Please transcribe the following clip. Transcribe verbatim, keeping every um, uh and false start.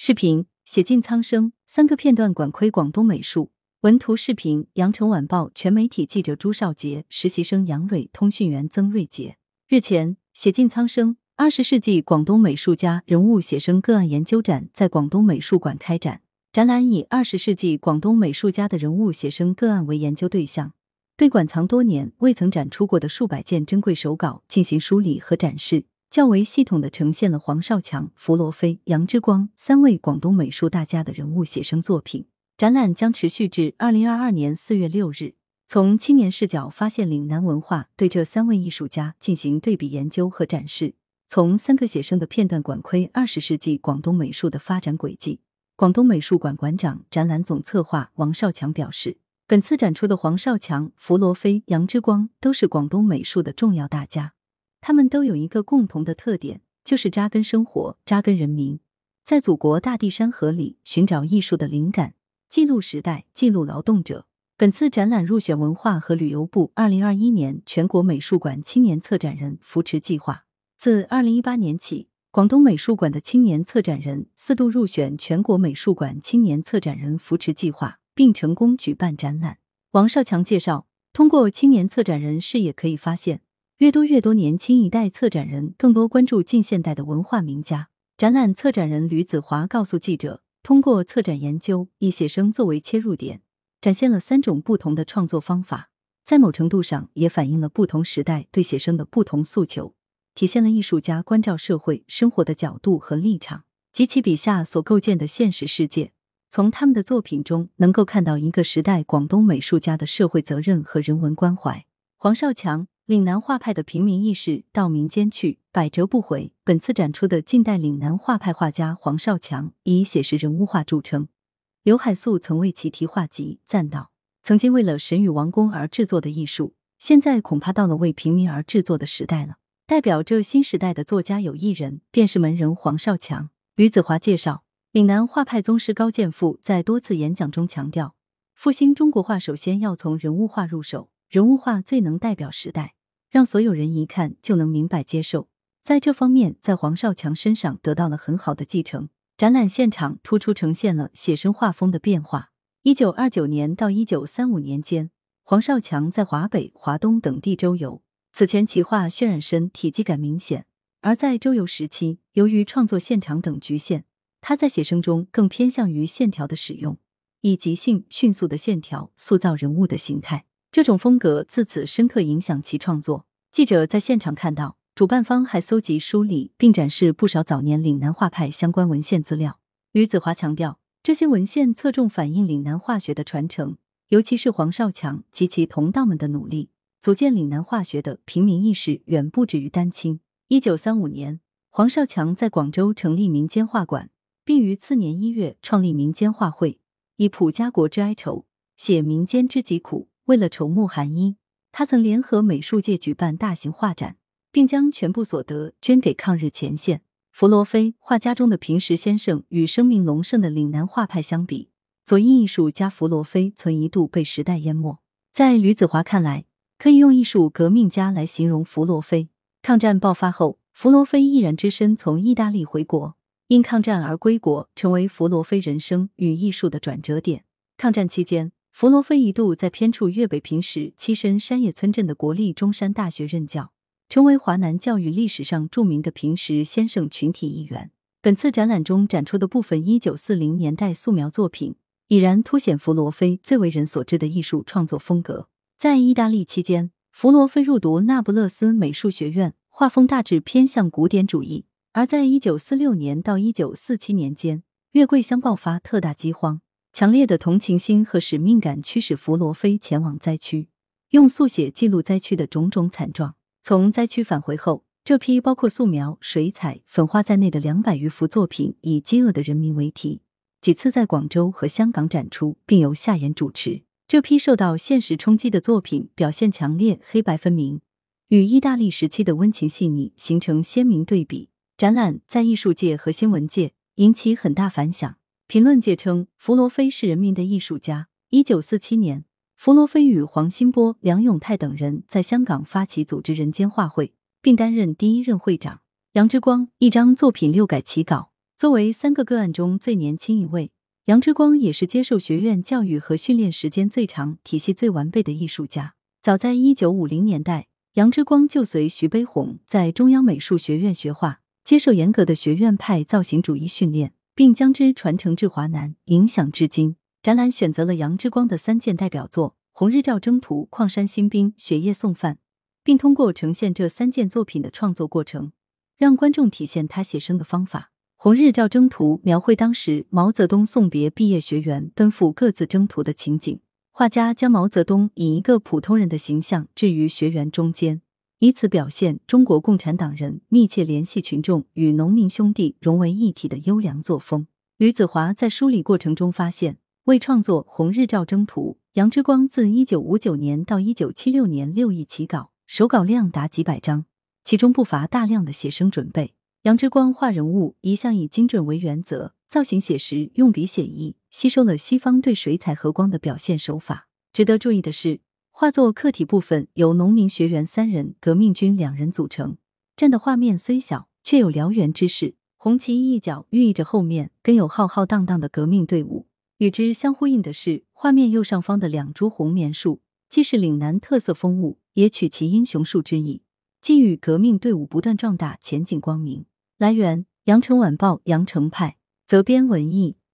视频写尽苍生，三个片段管窥广东美术。文图视频羊城晚报全媒体记者朱少杰，实习生杨蕊，通讯员曾瑞杰。日前，写尽苍生二十世纪广东美术家人物写生个案研究展在广东美术馆开展。展览以二十世纪广东美术家的人物写生个案为研究对象，对馆藏多年未曾展出过的数百件珍贵手稿进行梳理和展示，较为系统地呈现了黄少强、弗罗菲、杨之光三位广东美术大家的人物写生作品。展览将持续至二零二二年四月六日，从青年视角发现岭南文化，对这三位艺术家进行对比研究和展示，从三个写生的片段管窥二十世纪广东美术的发展轨迹。广东美术馆馆长、展览总策划王少强表示，本次展出的黄少强、弗罗菲、杨之光都是广东美术的重要大家，他们都有一个共同的特点，就是扎根生活、扎根人民，在祖国大地山河里寻找艺术的灵感，记录时代，记录劳动者。本次展览入选文化和旅游部二零二一年全国美术馆青年策展人扶持计划。自二零一八年起，广东美术馆的青年策展人四度入选全国美术馆青年策展人扶持计划，并成功举办展览。王少强介绍，通过青年策展人视野可以发现，越多越多年轻一代策展人更多关注近现代的文化名家。展览策展人吕子华告诉记者，通过策展研究，以写生作为切入点，展现了三种不同的创作方法，在某程度上也反映了不同时代对写生的不同诉求，体现了艺术家关照社会生活的角度和立场及其笔下所构建的现实世界。从他们的作品中能够看到一个时代广东美术家的社会责任和人文关怀。黄少强，岭南画派的平民意识到民间去，百折不回。本次展出的近代岭南画派画家黄少强以写实人物画著称，刘海粟曾为其题画集，赞道：曾经为了神与王公而制作的艺术，现在恐怕到了为平民而制作的时代了。代表这新时代的作家有一人，便是门人黄少强。吕子华介绍，岭南画派宗师高剑父在多次演讲中强调，复兴中国画首先要从人物画入手，人物画最能代表时代，让所有人一看就能明白接受。在这方面，在黄少强身上得到了很好的继承。展览现场突出呈现了写生画风的变化。一九二九年到一九三五年间，黄少强在华北、华东等地周游，此前其画渲染深，体积感明显，而在周游时期，由于创作现场等局限，他在写生中更偏向于线条的使用，以即兴迅速的线条塑造人物的形态。这种风格自此深刻影响其创作。记者在现场看到，主办方还搜集梳理并展示不少早年岭南画派相关文献资料。吕子华强调，这些文献侧重反映岭南画学的传承，尤其是黄少强及其同道们的努力，组建岭南画学的平民意识远不止于丹青。一九三五年，黄少强在广州成立民间画馆，并于次年一月创立民间画会，以普家国之哀愁，写民间之疾苦。为了筹募寒衣，他曾联合美术界举办大型画展，并将全部所得捐给抗日前线。弗罗菲画家中的平石先生与声名隆盛的岭南画派相比，左翼艺术家弗罗菲曾一度被时代淹没。在吕子华看来，可以用艺术革命家来形容弗罗菲。抗战爆发后，弗罗菲毅然只身从意大利回国，因抗战而归国，成为弗罗菲人生与艺术的转折点。抗战期间，弗罗菲一度在偏处粤北平时栖身山野村镇的国立中山大学任教，成为华南教育历史上著名的平石先生群体一员。本次展览中展出的部分一九四零年代素描作品，已然凸显弗罗菲最为人所知的艺术创作风格。在意大利期间，弗罗菲入读那不勒斯美术学院，画风大致偏向古典主义。而在一九四六年到一九四七年间，月桂乡爆发特大饥荒，强烈的同情心和使命感驱使弗罗菲前往灾区，用速写记录灾区的种种惨状。从灾区返回后，这批包括素描、水彩、粉画在内的两百余幅作品以饥饿的人民为题，几次在广州和香港展出，并由夏言主持。这批受到现实冲击的作品表现强烈，黑白分明，与意大利时期的温情细腻形成鲜明对比。展览在艺术界和新闻界引起很大反响。评论界称，弗罗菲是人民的艺术家。一九四七年，弗罗菲与黄新波、梁永泰等人在香港发起组织人间画会，并担任第一任会长。杨之光一张作品六改其稿， 作为三个个案中最年轻一位，杨之光也是接受学院教育和训练时间最长、体系最完备的艺术家。早在一九五零年代，杨之光就随徐悲鸿在中央美术学院学画，接受严格的学院派造型主义训练，并将之传承至华南，影响至今。展览选择了杨之光的三件代表作《红日照征途》《矿山新兵》《雪夜送饭》，并通过呈现这三件作品的创作过程，让观众体现他写生的方法。《红日照征途》描绘当时毛泽东送别毕业学员奔赴各自征途的情景，画家将毛泽东以一个普通人的形象置于学员中间，以此表现中国共产党人密切联系群众与农民兄弟融为一体的优良作风。吕子华在梳理过程中发现，为创作《红日照征途》，杨之光自一九五九年到一九七六年六易起稿，手稿量达几百张，其中不乏大量的写生准备。杨之光画人物一向以精准为原则，造型写实，用笔写意，吸收了西方对水彩和光的表现手法。值得注意的是，画作客体部分由农民学员三人、革命军两人组成，占的画面虽小，却有燎原之势。红旗一角寓意着后面跟有浩浩荡荡的革命队伍。与之相呼应的是，画面右上方的两株红棉树，既是岭南特色风物，也取其英雄树之意，寄予革命队伍不断壮大，前景光明。来源：羊城晚报羊城派，责编文艺。